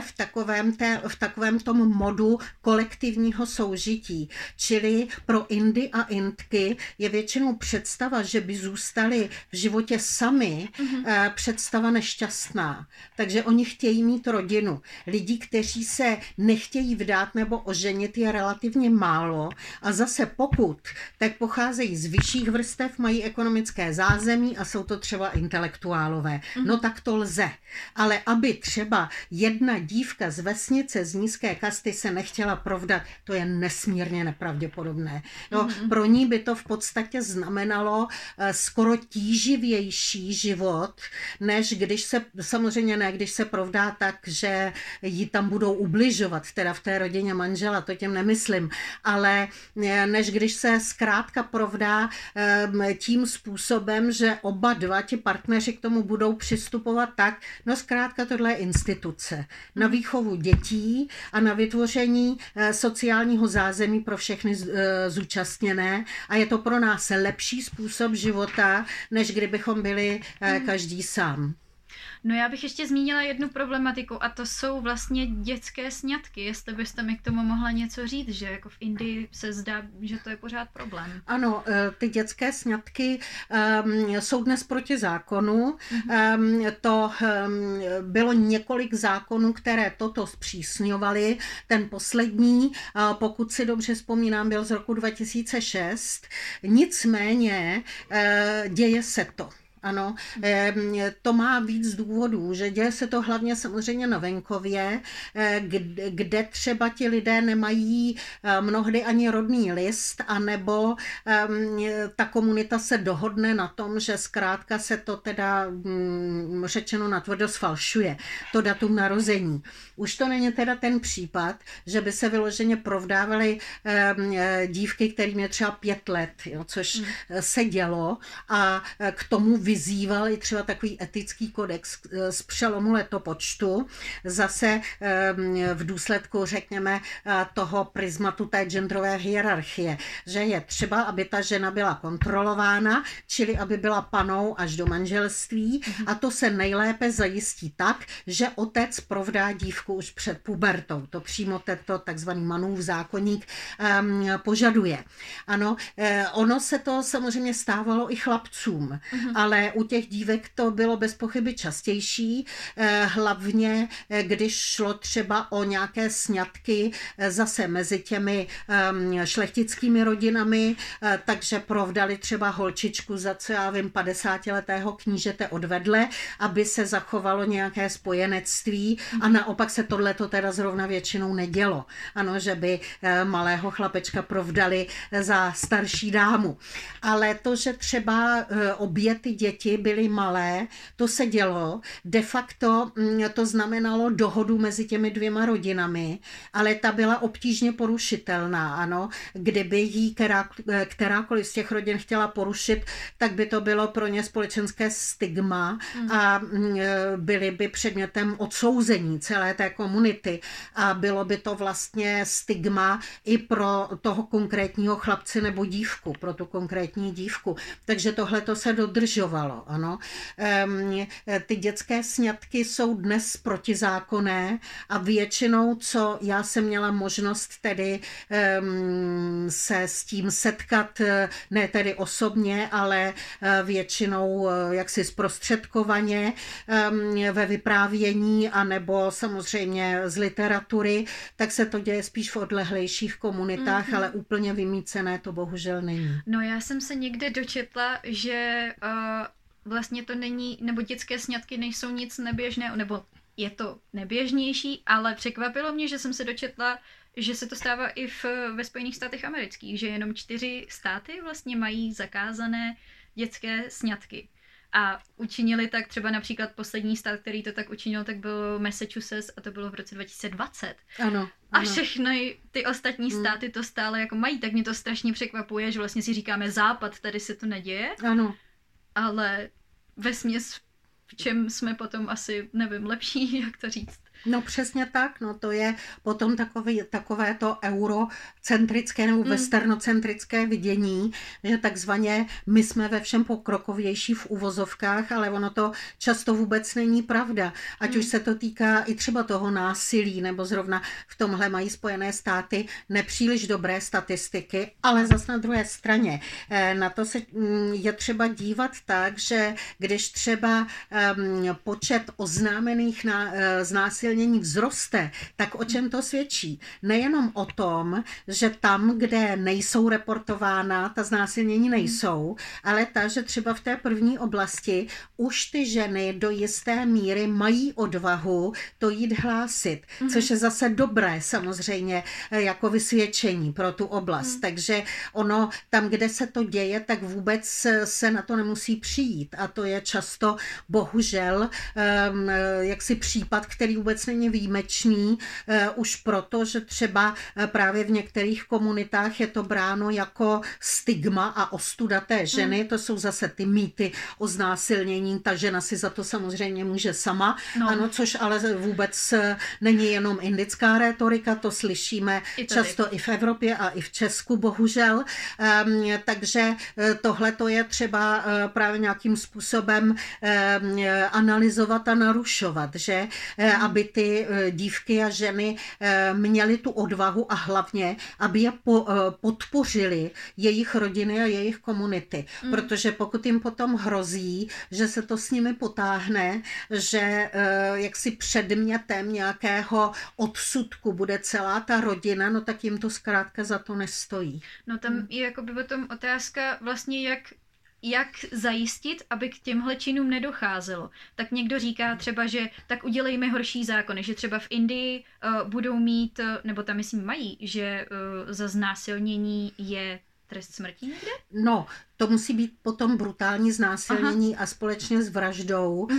v takovém tom modu kolektivního soužití. Čili pro Indy a Indky je většinou představa, že by zůstali v životě sami, představa nešťastná. Takže oni chtějí mít rodinu. Lidí, kteří se nechtějí vdát nebo oženit, je relativně málo. A zase pokud, tak pocházejí z vyšších vrstev, mají ekonomické zázemí a jsou to třeba intelektuálové. No tak to lze. Ale aby třeba jedna dívka z vesnice z nízké kasty se nechtěla provdat, to je nesmírně nepravděpodobné. No, pro ní by to v podstatě znamenalo skoro tíživější život, než když se, samozřejmě ne, když se provdá tak, že jí tam budou ubližovat, teda v té rodině manžela, to tím nemyslím, ale než když se zkrátka provdá tím způsobem, že oba dva ti partneři k tomu budou přistupovat tak, no zkrátka tohle je instituce na výchovu dětí a na vytvoření sociálního zázemí pro všechny zúčastněné a je to pro nás lepší způsob života, než kdybychom byli každý sám. No já bych ještě zmínila jednu problematiku a to jsou vlastně dětské sňatky. Jestli byste mi k tomu mohla něco říct, že jako v Indii se zdá, že to je pořád problém. Ano, ty dětské sňatky jsou dnes proti zákonu. To bylo několik zákonů, které toto zpřísňovaly. Ten poslední, pokud si dobře vzpomínám, byl z roku 2006. Nicméně děje se to. Ano, to má víc důvodů, že děje se to hlavně samozřejmě na venkově, kde třeba ti lidé nemají mnohdy ani rodný list, anebo ta komunita se dohodne na tom, že zkrátka se to teda řečeno natvrdo sfalšuje, to datum narození. Už to není teda ten případ, že by se vyloženě provdávaly dívky, kterým je třeba 5 let, jo, což se dělo a k tomu vyzýval i třeba takový etický kodex z přelomu letopočtu, zase v důsledku, řekněme, toho prismatu té genderové hierarchie, že je třeba, aby ta žena byla kontrolována, čili aby byla panou až do manželství a to se nejlépe zajistí tak, že otec provdá dívku už před pubertou. To přímo tento takzvaný Manův zákoník požaduje. Ano, ono se to samozřejmě stávalo i chlapcům, ale u těch dívek to bylo bez pochyby častější, hlavně když šlo třeba o nějaké sňatky zase mezi těmi šlechtickými rodinami, takže provdali třeba holčičku za, co já vím, 50letého knížete odvedle, aby se zachovalo nějaké spojenectví a naopak se tohleto teda zrovna většinou nedělo. Ano, že by malého chlapečka provdali za starší dámu. Ale to, že třeba obě ty děti byly malé, to se dělo. De facto to znamenalo dohodu mezi těmi dvěma rodinami, ale ta byla obtížně porušitelná. Ano. Kdyby jí kterákoliv z těch rodin chtěla porušit, tak by to bylo pro ně společenské stigma a byly by předmětem odsouzení celé té komunity a bylo by to vlastně stigma i pro toho konkrétního chlapce nebo dívku, pro tu konkrétní dívku. Takže tohle to se dodržovalo. Ano. Ty dětské sňatky jsou dnes protizákonné a většinou, co já jsem měla možnost tedy se s tím setkat, ne tedy osobně, ale většinou jaksi zprostředkovaně ve vyprávění anebo samozřejmě z literatury, tak se to děje spíš v odlehlejších komunitách, ale úplně vymýcené to bohužel není. No já jsem se někde dočetla, že vlastně to není, nebo dětské sňatky nejsou nic neběžného, nebo je to neběžnější, ale překvapilo mě, že jsem se dočetla, že se to stává i ve Spojených státech amerických, že jenom 4 státy vlastně mají zakázané dětské sňatky. A učinili tak třeba například poslední stát, který to tak učinil, tak byl Massachusetts a to bylo v roce 2020. Ano. A všechny ty ostatní státy to stále jako mají, tak mě to strašně překvapuje, že vlastně si říkáme západ, tady se to neděje. Ano. Ale vesměs v čem jsme potom asi, nevím, lepší, jak to říct. No přesně tak, no to je potom takové to eurocentrické nebo westernocentrické vidění, že takzvaně my jsme ve všem pokrokovější v uvozovkách, ale ono to často vůbec není pravda. Ať už se to týká i třeba toho násilí, nebo zrovna v tomhle mají Spojené státy nepříliš dobré statistiky, ale zas na druhé straně na to se je třeba dívat tak, že když třeba počet oznámených znásilnění vzroste, tak o čem to svědčí? Nejenom o tom, že tam, kde nejsou reportována, ta znásilnění nejsou, ale že třeba v té první oblasti už ty ženy do jisté míry mají odvahu to jít hlásit, což je zase dobré samozřejmě jako vysvědčení pro tu oblast. Takže ono tam, kde se to děje, tak vůbec se na to nemusí přijít. A to je často bohužel jaksi případ, který vůbec není výjimečný, už proto, že třeba právě v některých komunitách je to bráno jako stigma a ostuda té ženy. To jsou zase ty mýty o znásilnění. Ta žena si za to samozřejmě může sama, ano, což ale vůbec není jenom indická rétorika, to slyšíme často i v Evropě a i v Česku, bohužel. Takže tohle to je třeba právě nějakým způsobem analyzovat a narušovat, že aby ty dívky a ženy měly tu odvahu a hlavně, aby je podpořili jejich rodiny a jejich komunity. Protože pokud jim potom hrozí, že se to s nimi potáhne, že jaksi předmětem nějakého odsudku bude celá ta rodina, no tak jim to zkrátka za to nestojí. No tam je jakoby potom otázka vlastně, jak zajistit, aby k těmhle činům nedocházelo. Tak někdo říká třeba, že tak udělejme horší zákony, že třeba v Indii budou mít, nebo tam myslím mají, že za znásilnění je trest smrti někde? No, to musí být potom brutální znásilnění a společně s vraždou.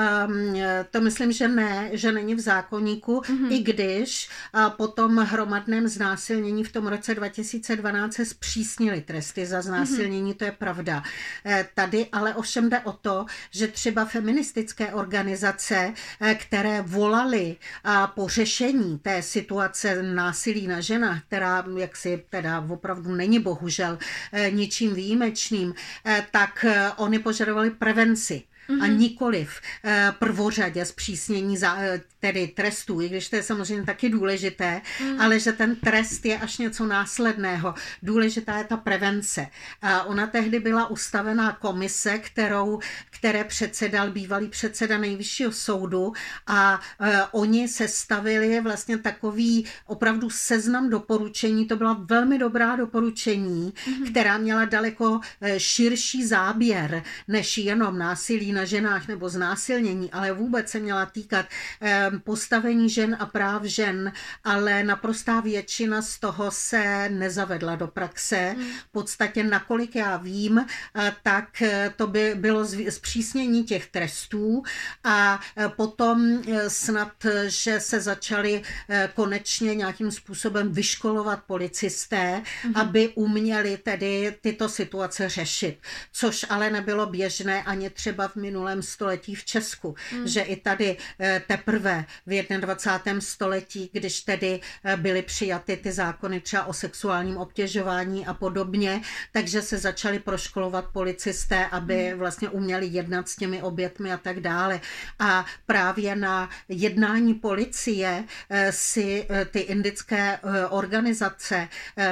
To myslím, že ne, že není v zákoníku, i když po tom hromadném znásilnění v tom roce 2012 se zpřísnily tresty za znásilnění, to je pravda. Tady ale ovšem jde o to, že třeba feministické organizace, které volaly po řešení té situace násilí na ženách, která jaksi teda opravdu není bohužel ničím výjimečným, tak oni požadovali prevenci. A nikoliv prvořadě zpřísnění tedy trestů, i když to je samozřejmě taky důležité, ale že ten trest je až něco následného. Důležitá je ta prevence. Ona tehdy byla ustavená komise, které předsedal bývalý předseda Nejvyššího soudu a oni sestavili vlastně takový opravdu seznam doporučení. To byla velmi dobrá doporučení, která měla daleko širší záběr, než jenom násilí na ženách nebo znásilnění, ale vůbec se měla týkat postavení žen a práv žen, ale naprostá většina z toho se nezavedla do praxe. V podstatě, nakolik já vím, tak to by bylo zpřísnění těch trestů a potom snad, že se začali konečně nějakým způsobem vyškolovat policisté, aby uměli tedy tyto situace řešit. Což ale nebylo běžné ani třeba v minulém století v Česku, že i tady teprve v 21. století, když tedy byly přijaty ty zákony třeba o sexuálním obtěžování a podobně, takže se začali proškolovat policisté, aby vlastně uměli jednat s těmi obětmi a tak dále. A právě na jednání policie si ty indické organizace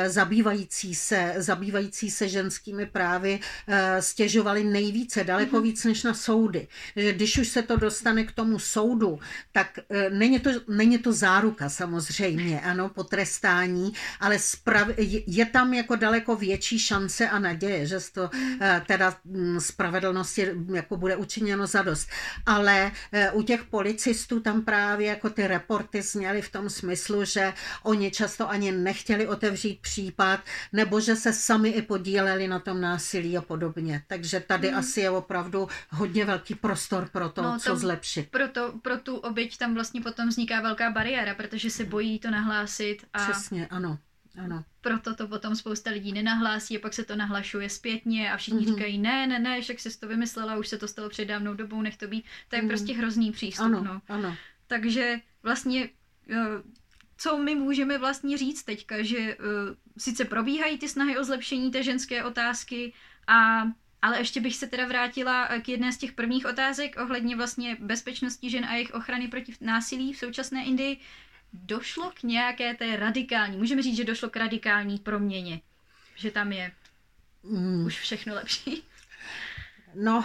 zabývající se ženskými právy stěžovaly nejvíce, daleko víc než na soudy. Když už se to dostane k tomu soudu, tak není to záruka samozřejmě, ano, potrestání, ale je tam jako daleko větší šance a naděje, že to teda spravedlnosti jako bude učiněno zadost. Ale u těch policistů tam právě jako ty reporty zněly v tom smyslu, že oni často ani nechtěli otevřít případ, nebo že se sami i podíleli na tom násilí a podobně. Takže tady asi je opravdu hodně velký prostor pro to, co zlepšit. Pro tu oběť tam vlastně potom vzniká velká bariéra, protože se bojí to nahlásit. Přesně, ano. Ano. Proto to potom spousta lidí nenahlásí a pak se to nahlašuje zpětně a všichni říkají ne, však jsi to vymyslela, už se to stalo před dávnou dobou, nech to být. To je prostě hrozný přístup. Ano, ano. Takže vlastně co my můžeme vlastně říct teďka, že sice probíhají ty snahy o zlepšení té ženské otázky, ale ještě bych se teda vrátila k jedné z těch prvních otázek ohledně vlastně bezpečnosti žen a jejich ochrany proti násilí v současné Indii. Došlo k nějaké té radikální, můžeme říct, že došlo k radikální proměně, že tam je už všechno lepší? No,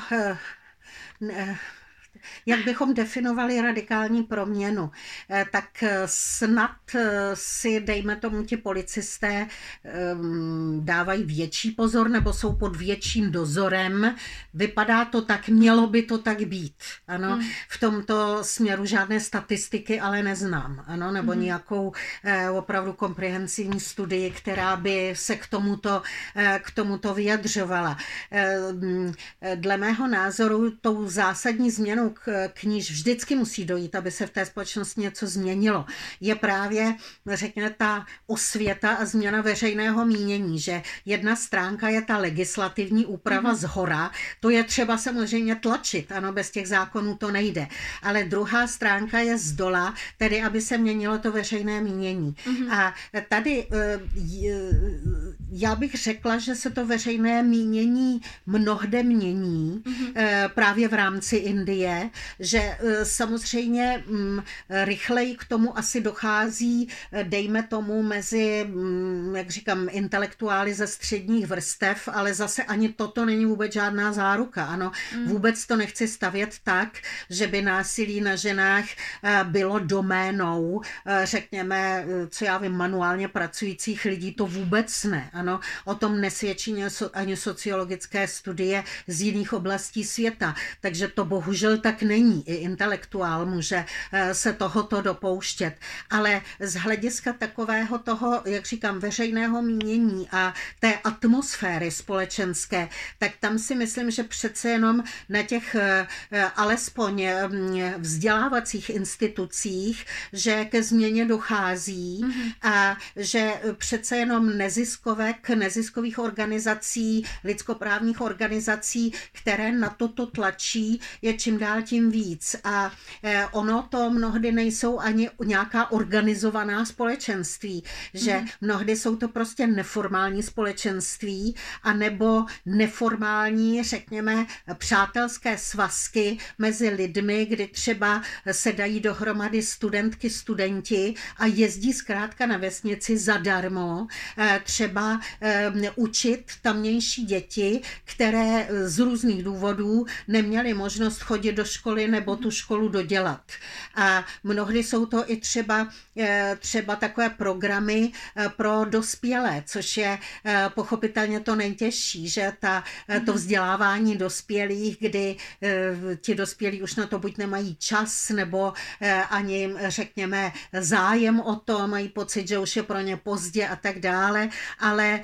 jak bychom definovali radikální proměnu, tak snad si, dejme tomu, ti policisté dávají větší pozor nebo jsou pod větším dozorem. Vypadá to tak, mělo by to tak být. Ano, v tomto směru žádné statistiky ale neznám. Ano, nebo nějakou opravdu komprehensivní studii, která by se k tomuto vyjadřovala. Dle mého názoru tou zásadní změnou, k níž vždycky musí dojít, aby se v té společnosti něco změnilo, je právě, řekněme, ta osvěta a změna veřejného mínění, že jedna stránka je ta legislativní úprava zhora, to je třeba samozřejmě tlačit, ano, bez těch zákonů to nejde, ale druhá stránka je zdola, tedy aby se měnilo to veřejné mínění. A tady já bych řekla, že se to veřejné mínění mnohde mění, právě v rámci Indie, že samozřejmě rychleji k tomu asi dochází, dejme tomu, mezi, jak říkám, intelektuály ze středních vrstev, ale zase ani toto není vůbec žádná záruka. Ano, vůbec to nechci stavět tak, že by násilí na ženách bylo doménou, řekněme, co já vím, manuálně pracujících lidí, to vůbec ne. Ano, o tom nesvědčí ani sociologické studie z jiných oblastí světa, takže to bohužel tak není. I intelektuál může se tohoto dopouštět. Ale z hlediska takového toho, jak říkám, veřejného mínění a té atmosféry společenské, tak tam si myslím, že přece jenom na těch alespoň vzdělávacích institucích, že ke změně dochází a že přece jenom neziskových organizací, lidskoprávních organizací, které na toto tlačí, je čím dál tím víc. A ono to mnohdy nejsou ani nějaká organizovaná společenství, že mnohdy jsou to prostě neformální společenství anebo neformální, řekněme, přátelské svazky mezi lidmi, kdy třeba se dají dohromady studenti a jezdí zkrátka na vesnici zadarmo třeba učit tamnější děti, které z různých důvodů neměly možnost chodit do školy nebo tu školu dodělat. A mnohdy jsou to i třeba takové programy pro dospělé, což je pochopitelně to nejtěžší, že to vzdělávání dospělých, kdy ti dospělí už na to buď nemají čas, nebo ani, řekněme, zájem o to, mají pocit, že už je pro ně pozdě a tak dále, ale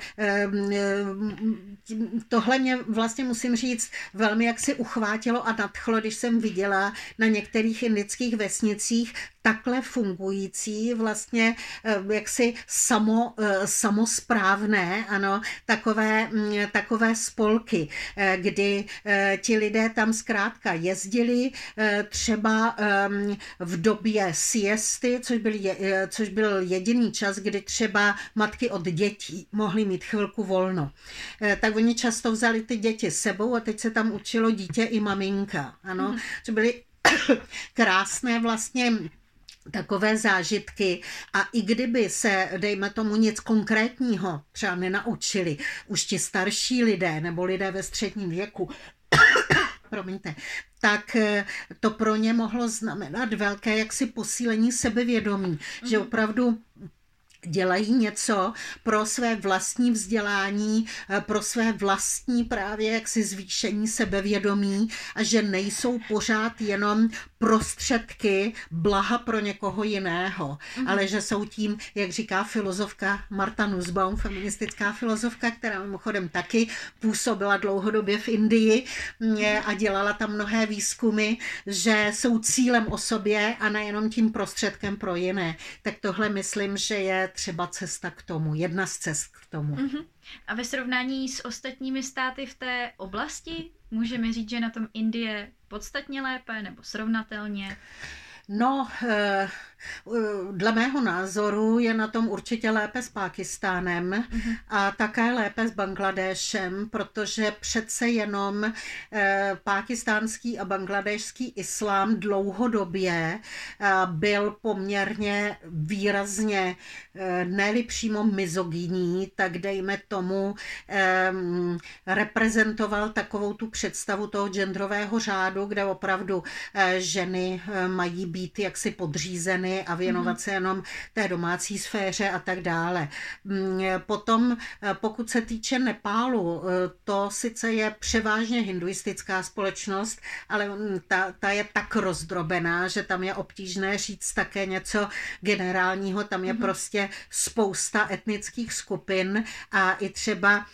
tohle mě vlastně, musím říct, velmi jaksi uchvátilo a nadchlo, když jsem viděla na některých indických vesnicích takhle fungující vlastně jaksi samosprávné, ano, takové spolky, kdy ti lidé tam zkrátka jezdili třeba v době siesty, což byl jediný čas, kdy třeba matky od dětí mohly mít chvilku volno. Tak oni často vzali ty děti s sebou a teď se tam učilo dítě i maminka, ano, to byly krásné vlastně takové zážitky a i kdyby se, dejme tomu, nic konkrétního třeba nenaučili, už ti starší lidé nebo lidé ve středním věku, promiňte, tak to pro ně mohlo znamenat velké jaksi posílení sebevědomí, že opravdu dělají něco pro své vlastní vzdělání, pro své vlastní právě jaksi zvýšení sebevědomí a že nejsou pořád jenom prostředky blaha pro někoho jiného, ale že jsou tím, jak říká filozofka Martha Nussbaum, feministická filozofka, která mimochodem taky působila dlouhodobě v Indii a dělala tam mnohé výzkumy, že jsou cílem o sobě a nejenom tím prostředkem pro jiné. Tak tohle myslím, že je třeba cesta k tomu, jedna z cest k tomu. A ve srovnání s ostatními státy v té oblasti můžeme říct, že na tom Indie podstatně lépe nebo srovnatelně? No, dle mého názoru je na tom určitě lépe s Pákistánem a také lépe s Bangladéšem, protože přece jenom pákistánský a bangladéšský islám dlouhodobě byl poměrně výrazně, ne-li přímo mizogyní, tak dejme tomu reprezentoval takovou tu představu toho genderového řádu, kde opravdu ženy mají být jaksi podřízeny a věnovat se jenom té domácí sféře a tak dále. Potom, pokud se týče Nepálu, to sice je převážně hinduistická společnost, ale ta je tak rozdrobená, že tam je obtížné říct také něco generálního, tam je prostě spousta etnických skupin a i třeba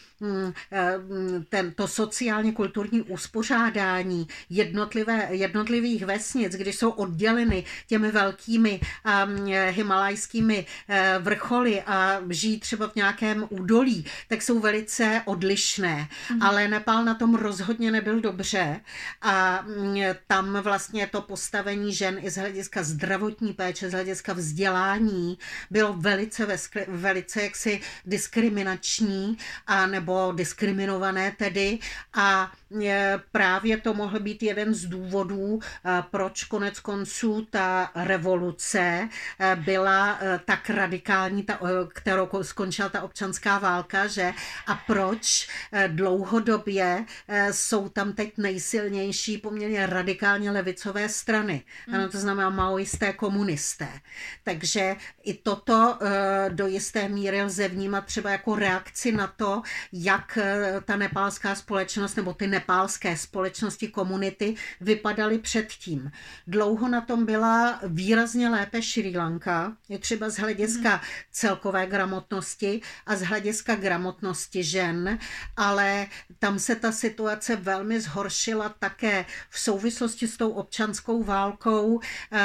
to sociálně kulturní uspořádání jednotlivých vesnic, když jsou odděleny těmi velkými himalajskými vrcholy a žijí třeba v nějakém údolí, tak jsou velice odlišné. Ale Nepál na tom rozhodně nebyl dobře a tam vlastně to postavení žen i z hlediska zdravotní péče, z hlediska vzdělání bylo velice jaksi diskriminační a nebo diskriminované tedy a právě to mohl být jeden z důvodů, proč konec konců ta revoluce byla tak radikální, kterou skončila ta občanská válka, že? A proč dlouhodobě jsou tam teď nejsilnější poměrně radikálně levicové strany. Ano, to znamená maoisté, komunisté. Takže i toto do jisté míry lze vnímat třeba jako reakci na to, jak ta nepálská společnost nebo ty nepálské společnosti, komunity vypadaly předtím. Dlouho na tom byla výrazně lépe Srí Lanka, je třeba z hlediska celkové gramotnosti a z hlediska gramotnosti žen, ale tam se ta situace velmi zhoršila také v souvislosti s tou občanskou válkou,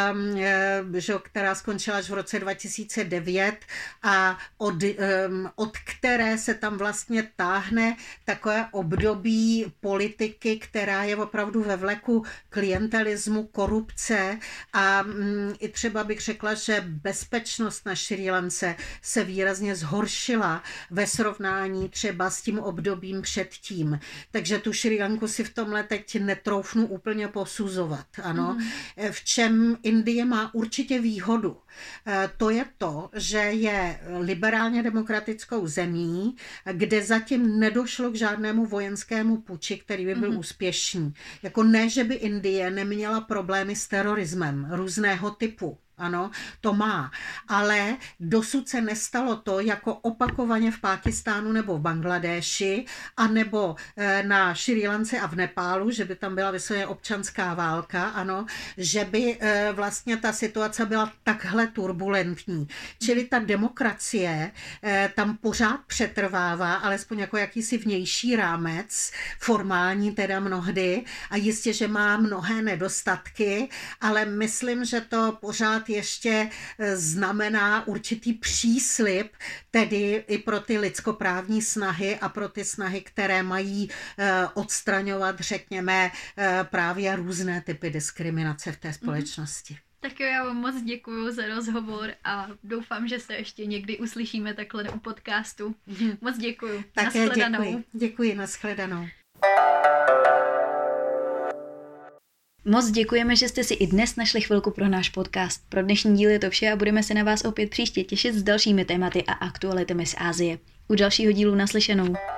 která skončila až v roce 2009 a od které se tam vlastně táhne takové období politiky, která je opravdu ve vleku klientelismu, korupce a i třeba bych řekla, že bezpečnost na Šrí Lance se výrazně zhoršila ve srovnání třeba s tím obdobím předtím. Takže tu Šrí Lanku si v tomhle teď netroufnu úplně posuzovat. Ano. V čem Indie má určitě výhodu? To je to, že je liberálně demokratickou zemí, kde zatím nedošlo k žádnému vojenskému puči, který by byl úspěšný. Jako ne, že by Indie neměla problémy s terorismem různého typu. Ano, to má. Ale dosud se nestalo to, jako opakovaně v Pákistánu nebo v Bangladéši, anebo na Šrí Lance a v Nepálu, že by tam byla vysloveně občanská válka, ano, že by vlastně ta situace byla takhle turbulentní. Čili ta demokracie tam pořád přetrvává, alespoň jako jakýsi vnější rámec, formální teda mnohdy, a jistě, že má mnohé nedostatky, ale myslím, že to pořád ještě znamená určitý příslib, tedy i pro ty lidskoprávní snahy a pro ty snahy, které mají odstraňovat, řekněme, právě různé typy diskriminace v té společnosti. Tak jo, já vám moc děkuju za rozhovor a doufám, že se ještě někdy uslyšíme takhle u podcastu. Moc děkuju. Také nashledanou. Děkuji, nashledanou. Moc děkujeme, že jste si i dnes našli chvilku pro náš podcast. Pro dnešní díl je to vše a budeme se na vás opět příště těšit s dalšími tématy a aktualitami z Asie. U dalšího dílu naslyšenou.